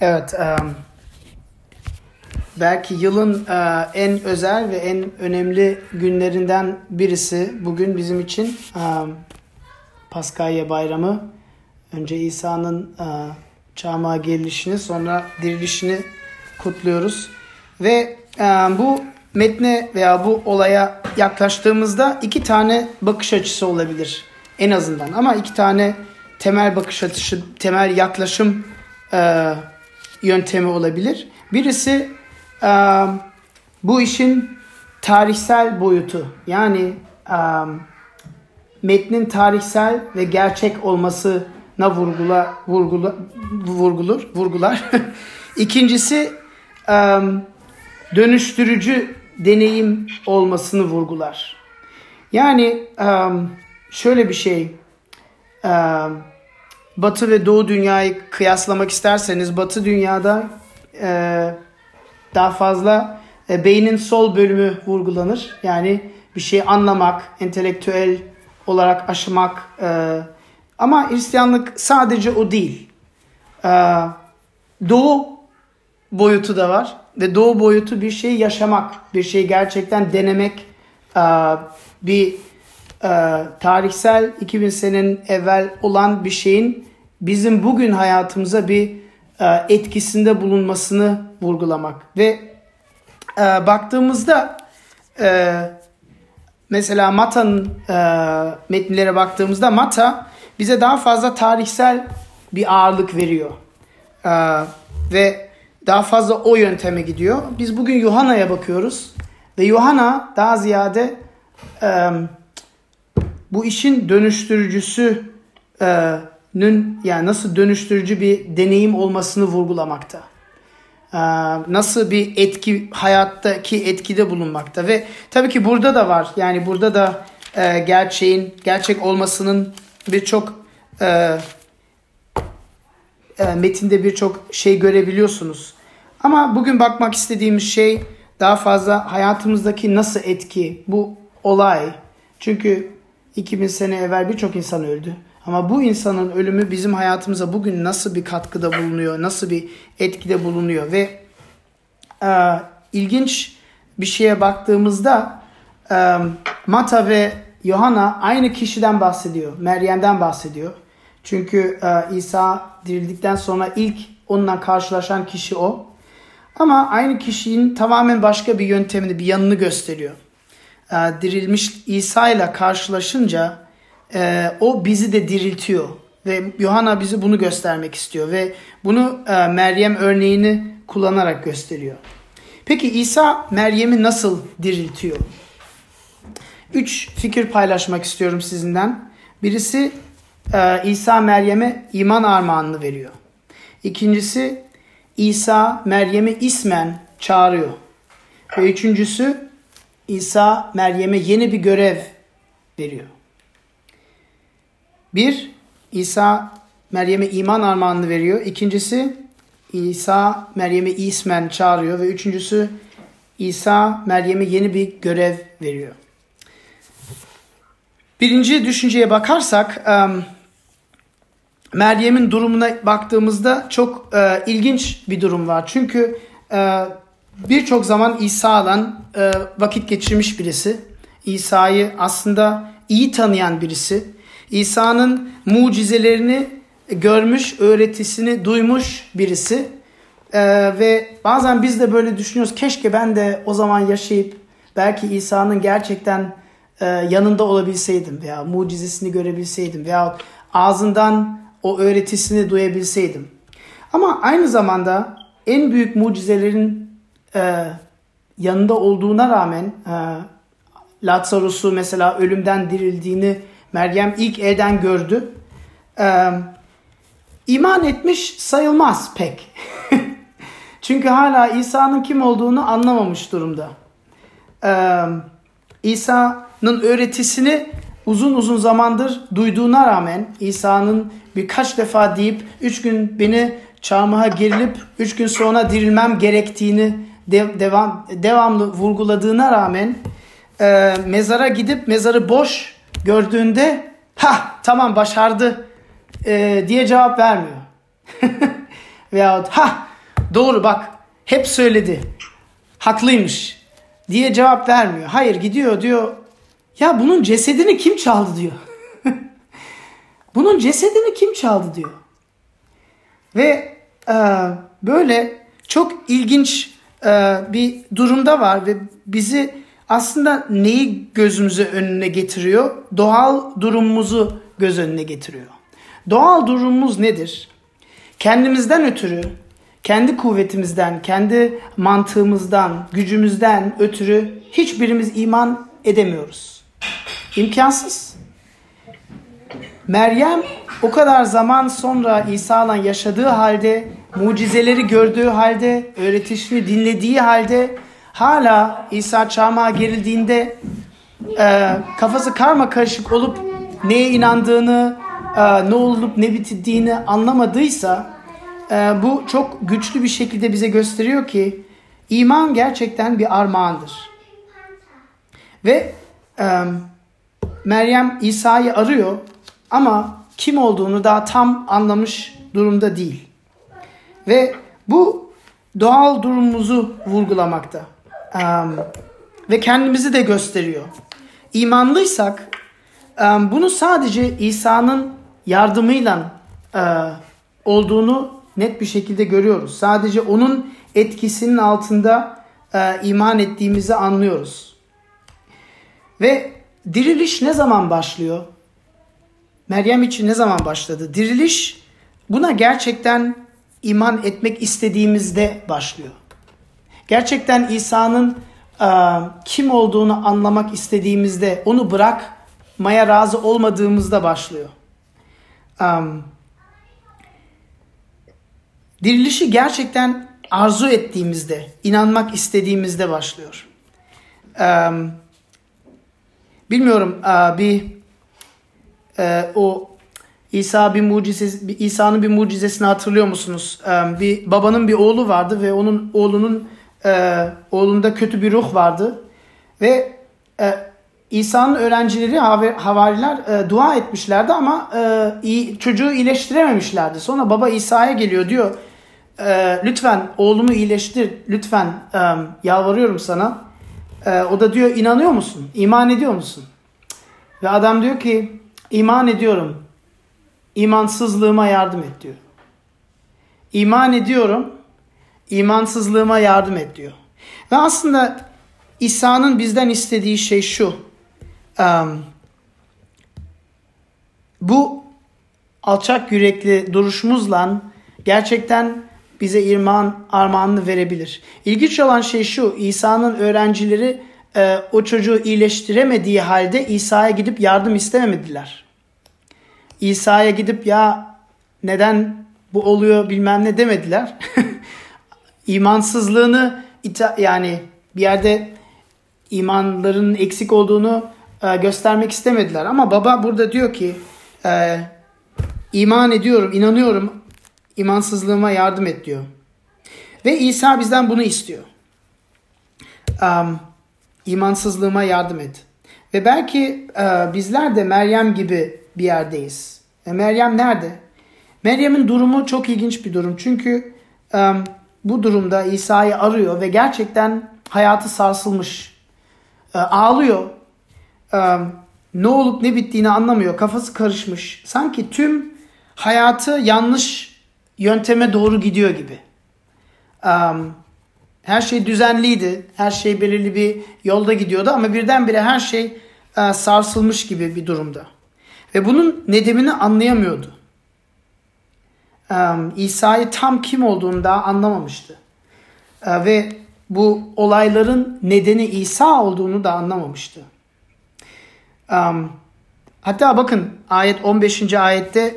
Evet, belki yılın en özel ve en önemli günlerinden birisi bugün bizim için Paskalya Bayramı. Önce İsa'nın çarmıha gerilişini, sonra dirilişini kutluyoruz. Ve bu metne veya bu olaya yaklaştığımızda iki tane bakış açısı olabilir en azından. Ama iki tane temel bakış açısı, temel yaklaşım yöntemi olabilir. Birisi bu işin tarihsel boyutu. Yani metnin tarihsel ve gerçek olmasına vurgular. İkincisi dönüştürücü deneyim olmasını vurgular. Yani şöyle bir şey, Batı ve Doğu dünyayı kıyaslamak isterseniz Batı dünyada daha fazla beynin sol bölümü vurgulanır. Yani bir şey anlamak, entelektüel olarak aşımak. Ama Hristiyanlık sadece o değil. Doğu boyutu da var. Ve Doğu boyutu bir şey yaşamak, bir şey gerçekten denemek, bir tarihsel 2000 senenin evvel olan bir şeyin bizim bugün hayatımıza bir etkisinde bulunmasını vurgulamak. Ve baktığımızda mesela Matta'nın metinlere baktığımızda Matta bize daha fazla tarihsel bir ağırlık veriyor. Ve daha fazla o yönteme gidiyor. Biz bugün Yuhanna'ya bakıyoruz. Ve Yuhanna daha ziyade bu işin dönüştürücüsünün yani nasıl dönüştürücü bir deneyim olmasını vurgulamakta. Nasıl bir etki, hayattaki etkide bulunmakta. Ve tabii ki burada da var. Yani burada da gerçek olmasının birçok metinde birçok şey görebiliyorsunuz. Ama bugün bakmak istediğimiz şey daha fazla hayatımızdaki nasıl etki, bu olay. Çünkü 2000 sene evvel birçok insan öldü. Ama bu insanın ölümü bizim hayatımıza bugün nasıl bir katkıda bulunuyor, nasıl bir etkide bulunuyor. Ve ilginç bir şeye baktığımızda Matta ve Yuhanna aynı kişiden bahsediyor, Meryem'den bahsediyor. Çünkü İsa dirildikten sonra ilk onunla karşılaşan kişi o. Ama aynı kişinin tamamen başka bir yöntemini, bir yanını gösteriyor. Dirilmiş İsa ile karşılaşınca o bizi de diriltiyor. Ve Yuhanna bize bunu göstermek istiyor. Ve bunu Meryem örneğini kullanarak gösteriyor. Peki İsa Meryem'i nasıl diriltiyor? 3 fikir paylaşmak istiyorum sizinden. Birisi İsa Meryem'e iman armağanını veriyor. İkincisi İsa Meryem'i ismen çağırıyor. Ve üçüncüsü İsa Meryem'e yeni bir görev veriyor. Bir, İsa Meryem'e iman armağanını veriyor. İkincisi İsa Meryem'i ismen çağırıyor. Ve üçüncüsü İsa Meryem'e yeni bir görev veriyor. Birinci düşünceye bakarsak Meryem'in durumuna baktığımızda çok ilginç bir durum var. Çünkü birçok zaman İsa'la vakit geçirmiş birisi. İsa'yı aslında iyi tanıyan birisi. İsa'nın mucizelerini görmüş, öğretisini duymuş birisi. Ve bazen biz de böyle düşünüyoruz. Keşke ben de o zaman yaşayıp belki İsa'nın gerçekten yanında olabilseydim veya mucizesini görebilseydim veya ağzından o öğretisini duyabilseydim. Ama aynı zamanda en büyük mucizelerin yanında olduğuna rağmen Lazarus'u mesela ölümden dirildiğini Meryem ilk elden gördü. İman etmiş sayılmaz pek. Çünkü hala İsa'nın kim olduğunu anlamamış durumda. İsa'nın öğretisini uzun zamandır duyduğuna rağmen İsa'nın birkaç defa deyip 3 gün beni çarmıha gerilip 3 gün sonra dirilmem gerektiğini devamlı vurguladığına rağmen mezara gidip mezarı boş gördüğünde tamam başardı diye cevap vermiyor. Veyahut doğru bak hep söyledi. Haklıymış diye cevap vermiyor. Hayır gidiyor diyor. Ya bunun cesedini kim çaldı diyor. Bunun cesedini kim çaldı diyor. Ve böyle çok ilginç bir durumda var ve bizi aslında neyi gözümüze önüne getiriyor? Doğal durumumuzu göz önüne getiriyor. Doğal durumumuz nedir? Kendimizden ötürü, kendi kuvvetimizden, kendi mantığımızdan, gücümüzden ötürü hiçbirimiz iman edemiyoruz. İmkansız. Meryem o kadar zaman sonra İsa'la yaşadığı halde, mucizeleri gördüğü halde, öğretisini dinlediği halde hala İsa çarmıha gerildiğinde kafası karmakarışık olup neye inandığını, ne olup ne bittiğini anlamadıysa bu çok güçlü bir şekilde bize gösteriyor ki iman gerçekten bir armağandır. Ve Meryem İsa'yı arıyor ama kim olduğunu daha tam anlamış durumda değil. Ve bu doğal durumumuzu vurgulamakta. Ve kendimizi de gösteriyor. İmanlıysak bunu sadece İsa'nın yardımıyla olduğunu net bir şekilde görüyoruz. Sadece onun etkisinin altında iman ettiğimizi anlıyoruz. Ve diriliş ne zaman başlıyor? Meryem için ne zaman başladı? Diriliş buna gerçekten iman etmek istediğimizde başlıyor. Gerçekten İsa'nın kim olduğunu anlamak istediğimizde, onu bırakmaya razı olmadığımızda başlıyor. Dirilişi gerçekten arzu ettiğimizde, inanmak istediğimizde başlıyor. Bilmiyorum o İsa'nın bir mucizesini hatırlıyor musunuz? Bir babanın bir oğlu vardı ve onun oğlunda kötü bir ruh vardı ve İsa'nın öğrencileri havariler dua etmişlerdi ama çocuğu iyileştirememişlerdi. Sonra baba İsa'ya geliyor diyor lütfen oğlumu iyileştir lütfen yalvarıyorum sana. O da diyor inanıyor musun? İman ediyor musun? Ve adam diyor ki iman ediyorum. İmansızlığıma yardım et diyor. İman ediyorum. İmansızlığıma yardım et diyor. Ve aslında İsa'nın bizden istediği şey şu. Bu alçak yürekli duruşumuzla gerçekten bize iman armağanını verebilir. İlginç olan şey şu. İsa'nın öğrencileri o çocuğu iyileştiremediği halde İsa'ya gidip yardım istemediler. İsa'ya gidip ya neden bu oluyor bilmem ne demediler. İmansızlığını yani bir yerde imanlarının eksik olduğunu göstermek istemediler. Ama baba burada diyor ki iman ediyorum, inanıyorum, imansızlığıma yardım et diyor. Ve İsa bizden bunu istiyor. İmansızlığıma yardım et. Ve belki bizler de Meryem gibi bir yerdeyiz. Meryem nerede? Meryem'in durumu çok ilginç bir durum. Çünkü bu durumda İsa'yı arıyor ve gerçekten hayatı sarsılmış. Ağlıyor. Ne olup ne bittiğini anlamıyor. Kafası karışmış. Sanki tüm hayatı yanlış yönteme doğru gidiyor gibi. Her şey düzenliydi. Her şey belirli bir yolda gidiyordu ama birdenbire her şey sarsılmış gibi bir durumda. Ve bunun nedenini anlayamıyordu. İsa'yı tam kim olduğunu daha anlamamıştı. Ve bu olayların nedeni İsa olduğunu da anlamamıştı. Hatta bakın ayet 15. ayette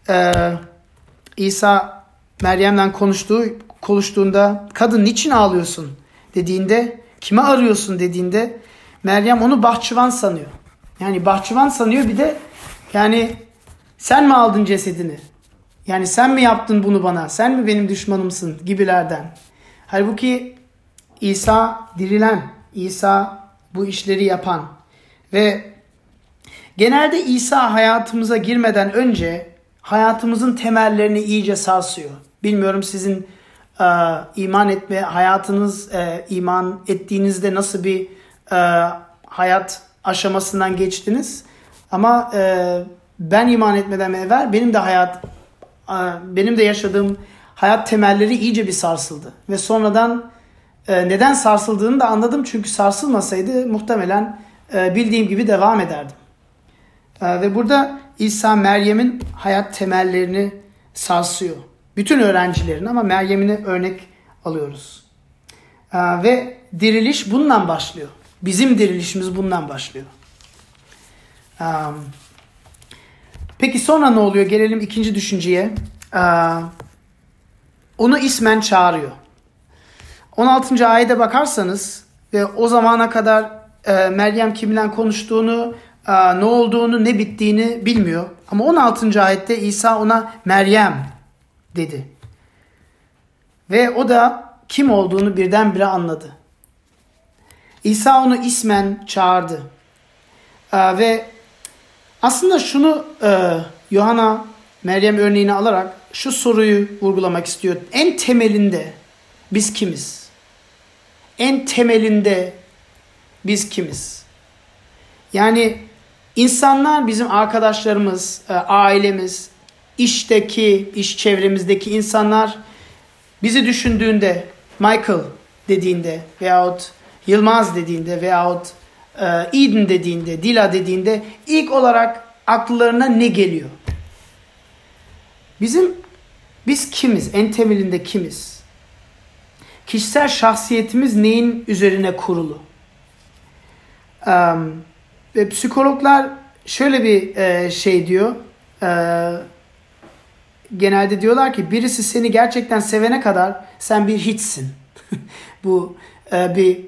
İsa Meryem'le konuştuğunda kadın niçin ağlıyorsun dediğinde, kime arıyorsun dediğinde Meryem onu bahçıvan sanıyor. Yani bahçıvan sanıyor, bir de yani sen mi aldın cesedini? Yani sen mi yaptın bunu bana? Sen mi benim düşmanımsın gibilerden. Halbuki İsa dirilen, İsa bu işleri yapan ve genelde İsa hayatımıza girmeden önce hayatımızın temellerini iyice sarsıyor. Bilmiyorum sizin iman etme hayatınız, iman ettiğinizde nasıl bir hayat aşamasından geçtiniz. Ama ben iman etmeden evvel benim de yaşadığım hayat temelleri iyice bir sarsıldı. Ve sonradan neden sarsıldığını da anladım. Çünkü sarsılmasaydı muhtemelen bildiğim gibi devam ederdim. Ve burada İsa Meryem'in hayat temellerini sarsıyor. Bütün öğrencilerin ama Meryem'ini örnek alıyoruz. Ve diriliş bundan başlıyor. Bizim dirilişimiz bundan başlıyor. Peki sonra ne oluyor? Gelelim ikinci düşünceye. Onu ismen çağırıyor. 16. ayete bakarsanız ve o zamana kadar Meryem kiminle konuştuğunu, ne olduğunu, ne bittiğini bilmiyor. Ama 16. ayette İsa ona Meryem dedi. Ve o da kim olduğunu birdenbire anladı. İsa onu ismen çağırdı. Ve aslında şunu Yuhanna Meryem örneğini alarak şu soruyu vurgulamak istiyor. En temelinde biz kimiz? En temelinde biz kimiz? Yani insanlar bizim arkadaşlarımız, ailemiz, iş çevremizdeki insanlar bizi düşündüğünde, Michael dediğinde veyahut Yılmaz dediğinde veyahut Eden dediğinde, Dila dediğinde ilk olarak akıllarına ne geliyor? Biz kimiz? En temelinde kimiz? Kişisel şahsiyetimiz neyin üzerine kurulu? Ve psikologlar şöyle bir şey diyor. Genelde diyorlar ki birisi seni gerçekten sevene kadar sen bir hiçsin. Bu bir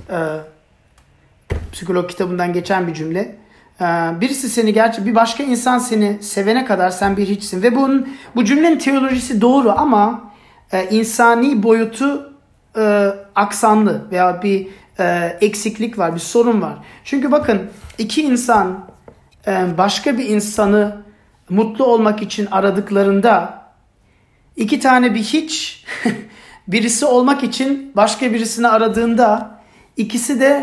psikolog kitabından geçen bir cümle. Birisi bir başka insan seni sevene kadar sen bir hiçsin. Ve bu cümlenin teolojisi doğru ama insani boyutu aksanlı veya bir eksiklik var, bir sorun var. Çünkü bakın iki insan başka bir insanı mutlu olmak için aradıklarında iki tane bir hiç birisi olmak için başka birisini aradığında ikisi de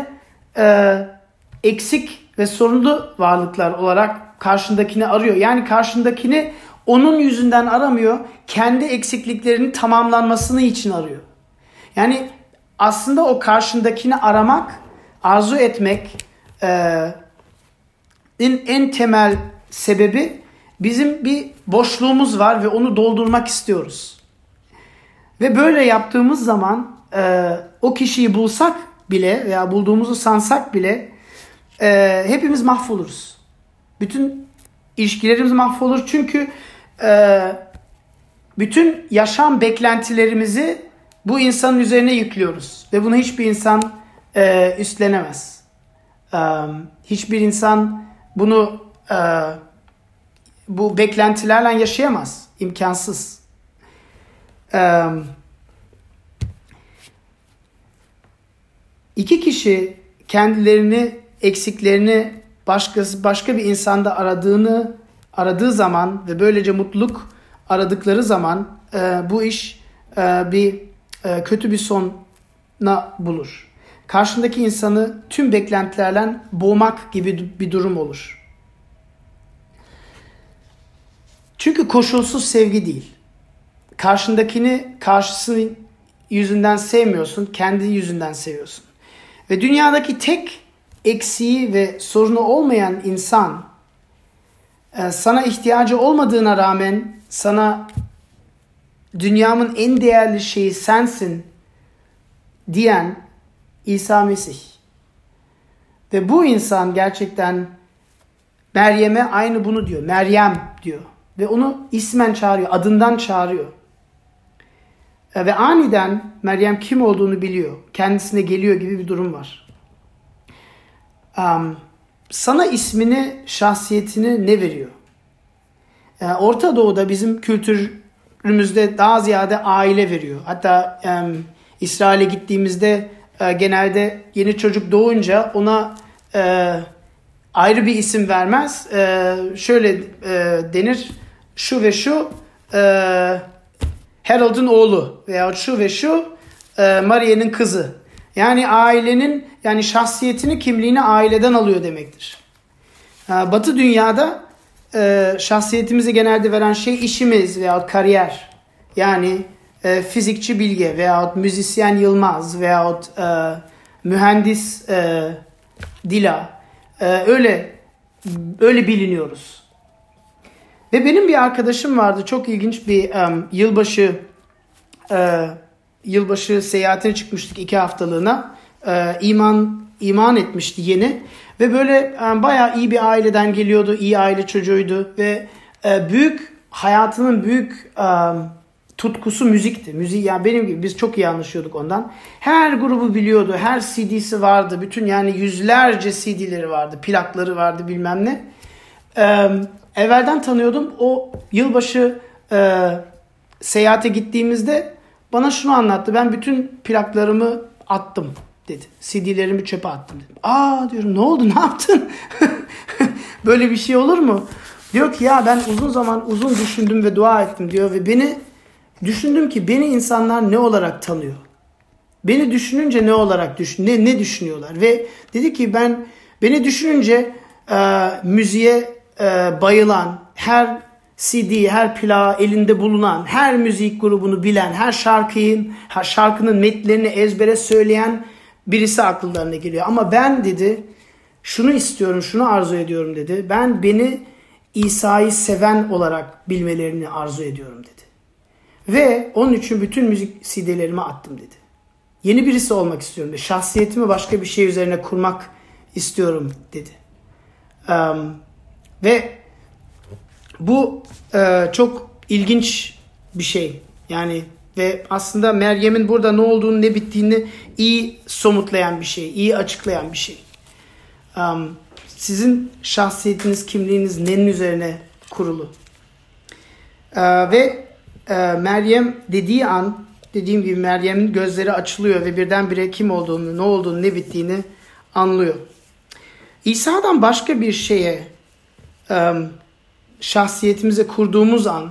eksik ve sorunlu varlıklar olarak karşındakini arıyor. Yani karşındakini onun yüzünden aramıyor, kendi eksikliklerinin tamamlanmasını için arıyor. Yani aslında o karşındakini aramak, arzu etmek en temel sebebi bizim bir boşluğumuz var ve onu doldurmak istiyoruz. Ve böyle yaptığımız zaman o kişiyi bulsak bile veya bulduğumuzu sansak bile hepimiz mahvoluruz. Bütün ilişkilerimiz mahvolur. Çünkü bütün yaşam beklentilerimizi bu insanın üzerine yüklüyoruz. Ve bunu hiçbir insan üstlenemez. Hiçbir insan bunu bu beklentilerle yaşayamaz. İmkansız. İki kişi kendilerini, eksiklerini başka bir insanda aradığı zaman ve böylece mutluluk aradıkları zaman bu iş kötü bir sona bulur. Karşındaki insanı tüm beklentilerle boğmak gibi bir durum olur. Çünkü koşulsuz sevgi değil. Karşısının yüzünden sevmiyorsun, kendi yüzünden seviyorsun. Ve dünyadaki tek eksiği ve sorunu olmayan insan sana ihtiyacı olmadığına rağmen sana dünyamın en değerli şeyi sensin diyen İsa Mesih. Ve bu insan gerçekten Meryem'e aynı bunu diyor. Meryem diyor. Ve onu ismen çağırıyor. Adından çağırıyor. Ve aniden Meryem kim olduğunu biliyor. Kendisine geliyor gibi bir durum var. Sana ismini, şahsiyetini ne veriyor? Orta Doğu'da bizim kültürümüzde daha ziyade aile veriyor. Hatta İsrail'e gittiğimizde genelde yeni çocuk doğunca ona ayrı bir isim vermez. Şöyle denir, şu ve şu Harold'un oğlu veya şu ve şu Maria'nın kızı. Yani ailenin, yani şahsiyetini, kimliğini aileden alıyor demektir. Batı dünyada şahsiyetimizi genelde veren şey işimiz veya kariyer. Yani fizikçi Bilge veyahut müzisyen Yılmaz veyahut mühendis Dila. Öyle biliniyoruz. Ve benim bir arkadaşım vardı. Çok ilginç bir yılbaşı seyahatine çıkmıştık 2 haftalığına. İman etmişti yeni. Ve böyle bayağı iyi bir aileden geliyordu. İyi aile çocuğuydu. Ve hayatının büyük tutkusu müzikti. Müzik, yani benim gibi, biz çok iyi anlaşıyorduk ondan. Her grubu biliyordu. Her CD'si vardı. Bütün, yani yüzlerce CD'leri vardı. Plakları vardı, bilmem ne. Evvelden tanıyordum. O yılbaşı seyahate gittiğimizde bana şunu anlattı. Ben bütün plaklarımı attım dedi. CD'lerimi çöpe attım dedi. Diyorum, ne oldu, ne yaptın? Böyle bir şey olur mu? Diyor ki ya ben uzun düşündüm ve dua ettim diyor ve düşündüm ki beni insanlar ne olarak tanıyor? Beni düşününce ne olarak ne düşünüyorlar? Ve dedi ki beni düşününce müziğe bayılan, her CD, her plağı elinde bulunan, her müzik grubunu bilen, her şarkının metlerini ezbere söyleyen birisi akıllarına geliyor. Ama ben dedi, şunu istiyorum, şunu arzu ediyorum dedi. Beni İsa'yı seven olarak bilmelerini arzu ediyorum dedi. Ve onun için bütün müzik CD'lerimi attım dedi. Yeni birisi olmak istiyorum dedi. Şahsiyetimi başka bir şey üzerine kurmak istiyorum dedi. Ve bu çok ilginç bir şey. Yani ve aslında Meryem'in burada ne olduğunu, ne bittiğini iyi somutlayan bir şey, iyi açıklayan bir şey. Sizin şahsiyetiniz, kimliğiniz neyin üzerine kurulu? Ve Meryem dediği an, dediğim gibi Meryem'in gözleri açılıyor ve birdenbire kim olduğunu, ne olduğunu, ne bittiğini anlıyor. İsa'dan başka bir şeye şahsiyetimize kurduğumuz an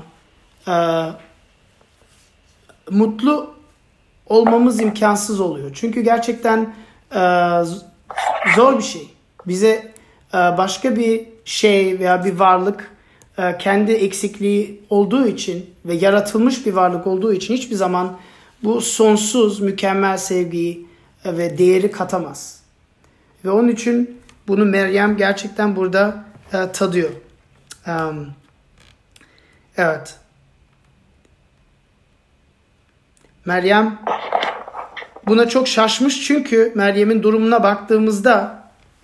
mutlu olmamız imkansız oluyor. Çünkü gerçekten zor bir şey. Bize başka bir şey veya bir varlık kendi eksikliği olduğu için ve yaratılmış bir varlık olduğu için hiçbir zaman bu sonsuz mükemmel sevgiyi ve değeri katamaz. Ve onun için bunu Meryem gerçekten burada tadıyor. Evet. Meryem buna çok şaşmış çünkü Meryem'in durumuna baktığımızda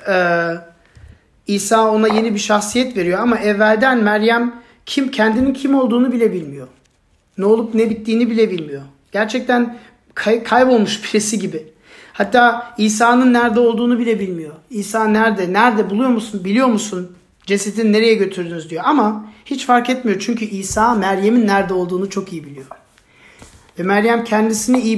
İsa ona yeni bir şahsiyet veriyor ama evvelden Meryem kendinin kim olduğunu bile bilmiyor. Ne olup ne bittiğini bile bilmiyor. Gerçekten kaybolmuş birisi gibi. Hatta İsa'nın nerede olduğunu bile bilmiyor. İsa nerede? Nerede, biliyor musun? Cesedini nereye götürdünüz diyor. Ama hiç fark etmiyor çünkü İsa Meryem'in nerede olduğunu çok iyi biliyor. Ve Meryem kendisini iyi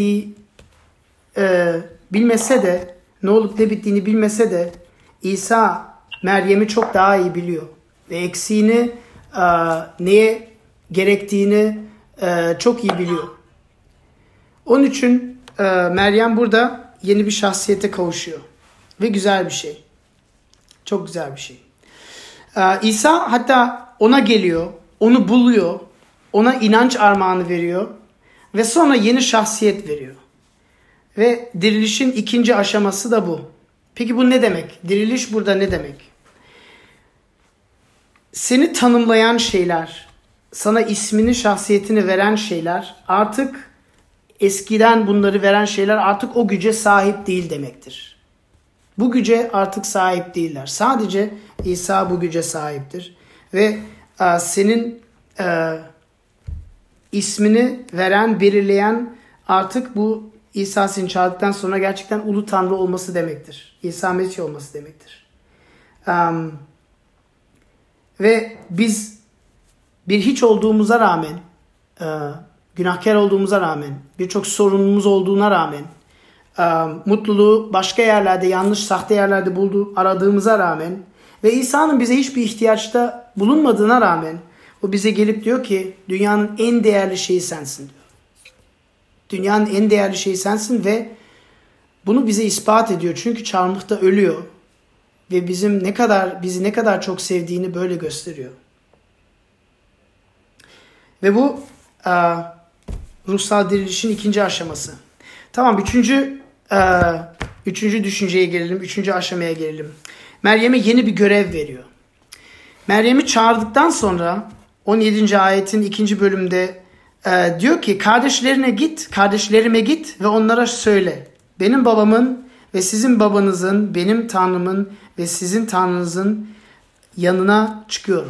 bilmese de, ne olup ne bittiğini bilmese de İsa Meryem'i çok daha iyi biliyor. Ve eksiğini, neye gerektiğini çok iyi biliyor. Onun için Meryem burada yeni bir şahsiyete kavuşuyor. Ve güzel bir şey. Çok güzel bir şey. İsa hatta ona geliyor, onu buluyor, ona inanç armağanı veriyor ve sonra yeni şahsiyet veriyor. Ve dirilişin 2. aşaması da bu. Peki bu ne demek? Diriliş burada ne demek? Seni tanımlayan şeyler, sana ismini, şahsiyetini veren şeyler artık eskiden bunları veren şeyler artık o güce sahip değil demektir. Bu güce artık sahip değiller. Sadece İsa bu güce sahiptir. Ve senin ismini veren, belirleyen artık bu İsa seni çağırdıktan sonra gerçekten Ulu Tanrı olması demektir. İsa Mesih olması demektir. Ve biz bir hiç olduğumuza rağmen, günahkar olduğumuza rağmen, birçok sorunumuz olduğuna rağmen, mutluluğu başka yerlerde, yanlış, sahte yerlerde aradığımıza rağmen ve İsa'nın bize hiçbir ihtiyaçta bulunmadığına rağmen O bize gelip diyor ki dünyanın en değerli şeyi sensin diyor. Dünyanın en değerli şeyi sensin ve bunu bize ispat ediyor. Çünkü çarmıhta ölüyor ve bizi ne kadar çok sevdiğini böyle gösteriyor. Ve bu ruhsal dirilişin ikinci aşaması. Tamam, üçüncü düşünceye gelelim. Üçüncü aşamaya gelelim. Meryem'e yeni bir görev veriyor. Meryem'i çağırdıktan sonra 17. ayetin 2. bölümde diyor ki kardeşlerime git ve onlara söyle. Benim babamın ve sizin babanızın, benim Tanrımın ve sizin Tanrınızın yanına çıkıyorum.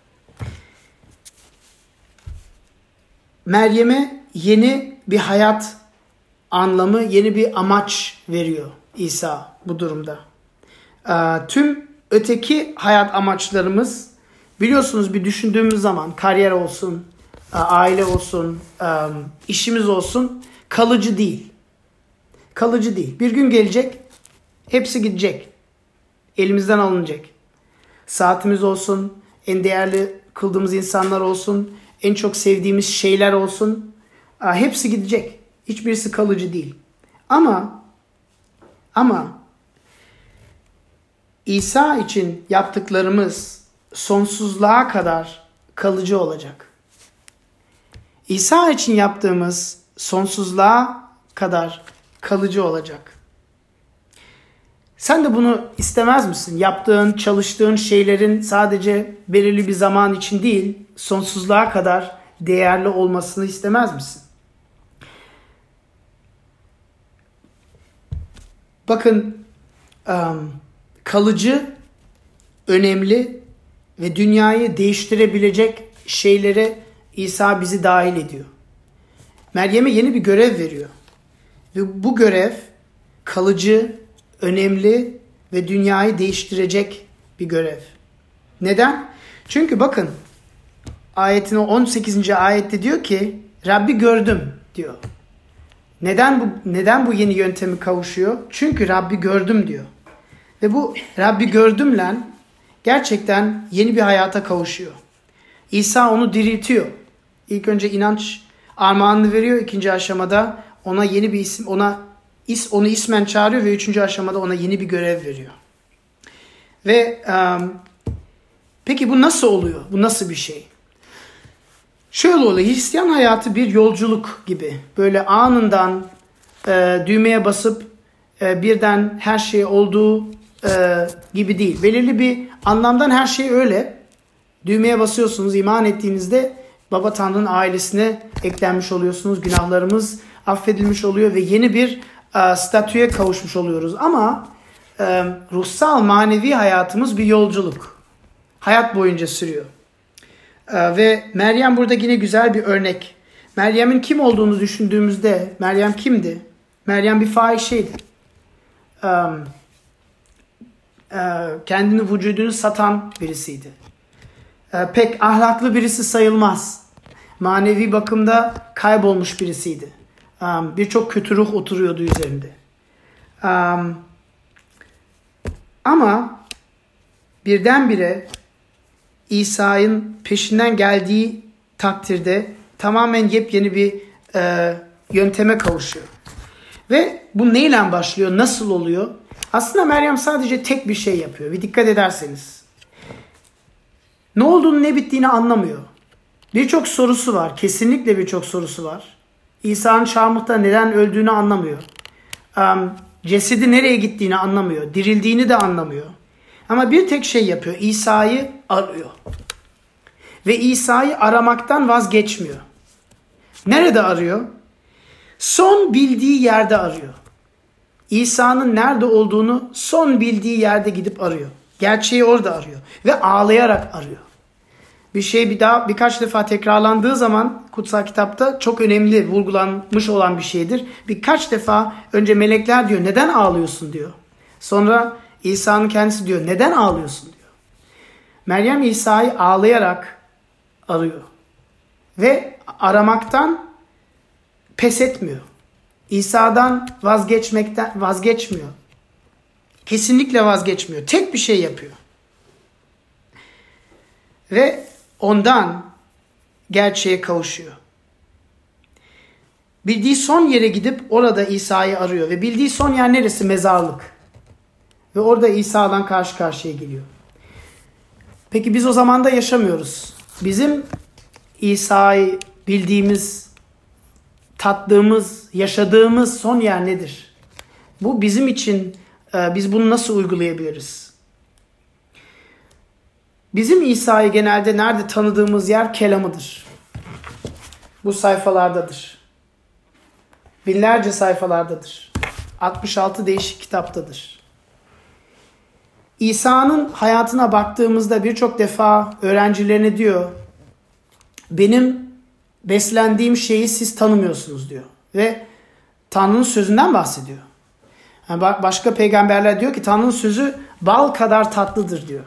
Meryem'e yeni bir hayat anlamı, yeni bir amaç veriyor İsa bu durumda. Tüm öteki hayat amaçlarımız, biliyorsunuz, bir düşündüğümüz zaman kariyer olsun, aile olsun, işimiz olsun, kalıcı değil. Kalıcı değil. Bir gün gelecek, hepsi gidecek. Elimizden alınacak. Saatimiz olsun, en değerli kıldığımız insanlar olsun, en çok sevdiğimiz şeyler olsun, hepsi gidecek. Hiçbirisi kalıcı değil. Ama İsa için yaptıklarımız sonsuzluğa kadar kalıcı olacak. İsa için yaptığımız sonsuzluğa kadar kalıcı olacak. Sen de bunu istemez misin? Yaptığın, çalıştığın şeylerin sadece belirli bir zaman için değil, sonsuzluğa kadar değerli olmasını istemez misin? Bakın, kalıcı, önemli ve dünyayı değiştirebilecek şeylere İsa bizi dahil ediyor. Meryem'e yeni bir görev veriyor. Ve bu görev kalıcı, önemli ve dünyayı değiştirecek bir görev. Neden? Çünkü bakın, ayetin 18. ayette diyor ki Rabbi gördüm diyor. Neden bu yeni yöntemi kavuşuyor? Çünkü Rabbi gördüm diyor. Ve bu Rabbi gördümle gerçekten yeni bir hayata kavuşuyor. İsa onu diriltiyor. İlk önce inanç armağanını veriyor. İkinci aşamada ona yeni bir isim, onu ismen çağırıyor ve üçüncü aşamada ona yeni bir görev veriyor. Ve peki bu nasıl oluyor? Bu nasıl bir şey? Şöyle oluyor. Hristiyan hayatı bir yolculuk gibi. Böyle anından düğmeye basıp birden her şey olduğu gibi değil. Belirli bir anlamdan her şey öyle. Düğmeye basıyorsunuz, iman ettiğinizde Baba Tanrı'nın ailesine eklenmiş oluyorsunuz. Günahlarımız affedilmiş oluyor ve yeni bir statüye kavuşmuş oluyoruz. Ama ruhsal, manevi hayatımız bir yolculuk. Hayat boyunca sürüyor. Ve Meryem burada yine güzel bir örnek. Meryem'in kim olduğunu düşündüğümüzde, Meryem kimdi? Meryem bir fahişeydi. Kendini, vücudunu satan birisiydi. Pek ahlaklı birisi sayılmaz. Manevi bakımda kaybolmuş birisiydi. Birçok kötü ruh oturuyordu üzerinde. Ama birdenbire İsa'nın peşinden geldiği takdirde tamamen yepyeni bir yönteme kavuşuyor. Ve bu neyle başlıyor? Nasıl oluyor? Aslında Meryem sadece tek bir şey yapıyor. Bir dikkat ederseniz. Ne olduğunu, ne bittiğini anlamıyor. Birçok sorusu var. Kesinlikle birçok sorusu var. İsa'nın çarmıhta neden öldüğünü anlamıyor. Cesedi nereye gittiğini anlamıyor. Dirildiğini de anlamıyor. Ama bir tek şey yapıyor. İsa'yı arıyor. Ve İsa'yı aramaktan vazgeçmiyor. Nerede arıyor? Son bildiği yerde arıyor. İsa'nın nerede olduğunu son bildiği yerde gidip arıyor. Gerçeği orada arıyor. Ve ağlayarak arıyor. Bir şey birkaç defa tekrarlandığı zaman kutsal kitapta çok önemli, vurgulanmış olan bir şeydir. Birkaç defa önce melekler diyor, neden ağlıyorsun diyor. Sonra İsa'nın kendisi diyor, neden ağlıyorsun diyor. Meryem İsa'yı ağlayarak arıyor. Ve aramaktan pes etmiyor. İsa'dan vazgeçmiyor. Kesinlikle vazgeçmiyor. Tek bir şey yapıyor. Ve ondan gerçeğe kavuşuyor. Bildiği son yere gidip orada İsa'yı arıyor. Ve bildiği son yer neresi? Mezarlık. Ve orada İsa'dan karşı karşıya geliyor. Peki biz o zaman da yaşamıyoruz. Bizim İsa'yı bildiğimiz, tattığımız, yaşadığımız son yer nedir? Bu bizim için biz bunu nasıl uygulayabiliriz? Bizim İsa'yı genelde nerede tanıdığımız yer kelamıdır. Bu sayfalardadır. Binlerce sayfalardadır. 66 değişik kitaptadır. İsa'nın hayatına baktığımızda birçok defa öğrencilerine diyor, benim beslendiğim şeyi siz tanımıyorsunuz diyor. Ve Tanrı'nın sözünden bahsediyor. Yani başka peygamberler diyor ki Tanrı'nın sözü bal kadar tatlıdır diyor.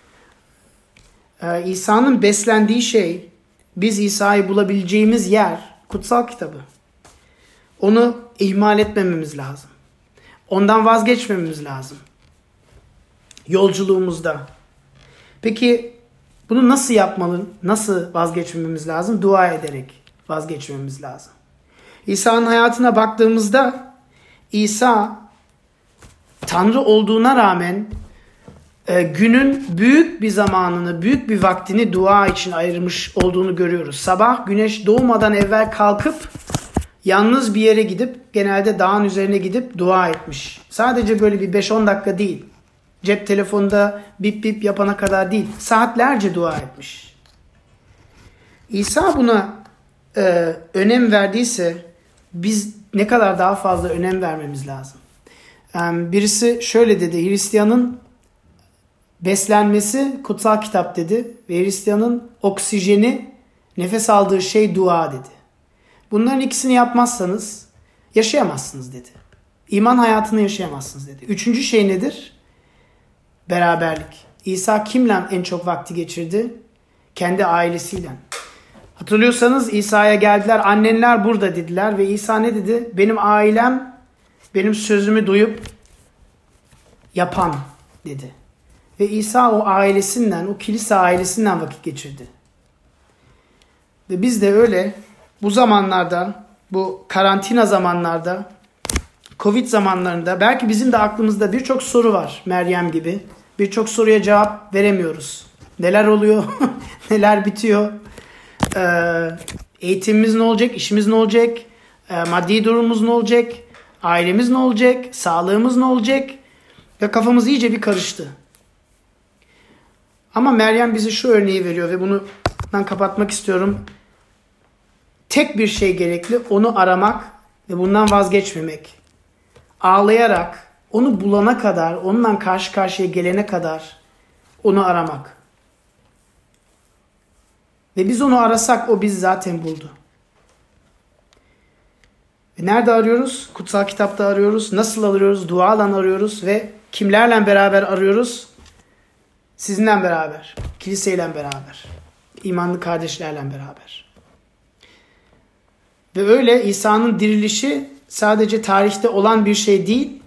İsa'nın beslendiği şey, biz İsa'yı bulabileceğimiz yer kutsal kitabı. Onu ihmal etmememiz lazım. Ondan vazgeçmememiz lazım. Yolculuğumuzda. Peki bunu nasıl yapmalı? Nasıl vazgeçmememiz lazım? Dua ederek vazgeçmemiz lazım. İsa'nın hayatına baktığımızda İsa Tanrı olduğuna rağmen günün büyük bir zamanını, büyük bir vaktini dua için ayırmış olduğunu görüyoruz. Sabah güneş doğmadan evvel kalkıp yalnız bir yere gidip, genelde dağın üzerine gidip dua etmiş. Sadece böyle bir 5-10 dakika değil. Cep telefonunda bip bip yapana kadar değil. Saatlerce dua etmiş. İsa buna önem verdiyse biz ne kadar daha fazla önem vermemiz lazım. Birisi şöyle dedi. Hristiyanın beslenmesi kutsal kitap dedi. Ve Hristiyanın oksijeni, nefes aldığı şey dua dedi. Bunların ikisini yapmazsanız yaşayamazsınız dedi. İman hayatını yaşayamazsınız dedi. Üçüncü şey nedir? Beraberlik. İsa kimle en çok vakti geçirdi? Kendi ailesiyle. Hatırlıyorsanız İsa'ya geldiler, annenler burada dediler ve İsa ne dedi? Benim ailem benim sözümü duyup yapan dedi. Ve İsa o ailesinden, o kilise ailesinden vakit geçirdi. Ve biz de öyle bu zamanlarda, bu karantina zamanlarda, Covid zamanlarında belki bizim de aklımızda birçok soru var Meryem gibi. Birçok soruya cevap veremiyoruz. Neler oluyor? Neler bitiyor? Eğitimimiz ne olacak? İşimiz ne olacak? Maddi durumumuz ne olacak? Ailemiz ne olacak? Sağlığımız ne olacak? Ve kafamız iyice bir karıştı. Ama Meryem bize şu örneği veriyor ve bunu ben kapatmak istiyorum. Tek bir şey gerekli, onu aramak ve bundan vazgeçmemek. Ağlayarak, onu bulana kadar, onunla karşı karşıya gelene kadar onu aramak. Ve biz onu arasak o bizi zaten buldu. Ve nerede arıyoruz? Kutsal kitapta arıyoruz. Nasıl arıyoruz? Duayla arıyoruz ve kimlerle beraber arıyoruz? Sizinle beraber, kiliseyle beraber, imanlı kardeşlerle beraber. Ve öyle İsa'nın dirilişi sadece tarihte olan bir şey değil,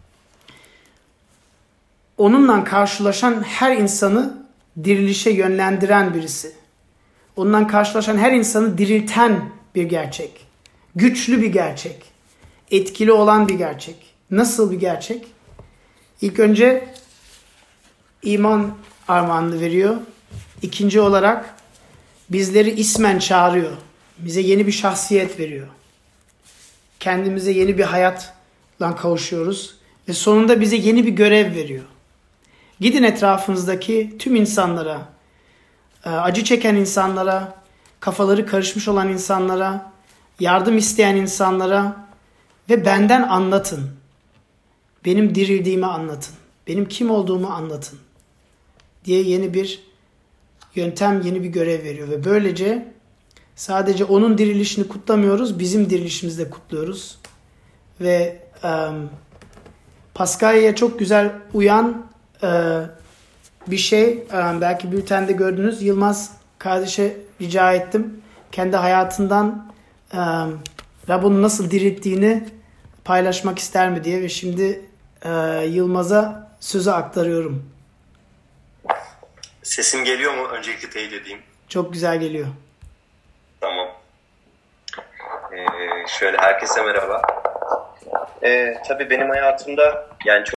onunla karşılaşan her insanı dirilişe yönlendiren birisi. Onunla karşılaşan her insanı dirilten bir gerçek. Güçlü bir gerçek. Etkili olan bir gerçek. Nasıl bir gerçek? İlk önce iman armağanını veriyor. İkinci olarak bizleri ismen çağırıyor. Bize yeni bir şahsiyet veriyor. Kendimize yeni bir hayatla kavuşuyoruz. Ve sonunda bize yeni bir görev veriyor. Gidin etrafınızdaki tüm insanlara, acı çeken insanlara, kafaları karışmış olan insanlara, yardım isteyen insanlara ve benden anlatın. Benim dirildiğimi anlatın. Benim kim olduğumu anlatın. Diye yeni bir yöntem, yeni bir görev veriyor. Ve böylece sadece onun dirilişini kutlamıyoruz, bizim dirilişimizi de kutluyoruz. Ve Paskalya'ya çok güzel uyan bir şey, belki bültende gördünüz. Yılmaz kardeşe rica ettim. Kendi hayatından Rabb'in nasıl dirilttiğini paylaşmak ister mi diye ve şimdi Yılmaz'a sözü aktarıyorum. Sesim geliyor mu? Öncelikle teyit edeyim. Çok güzel geliyor. Tamam. Şöyle herkese merhaba. Tabii benim hayatımda yani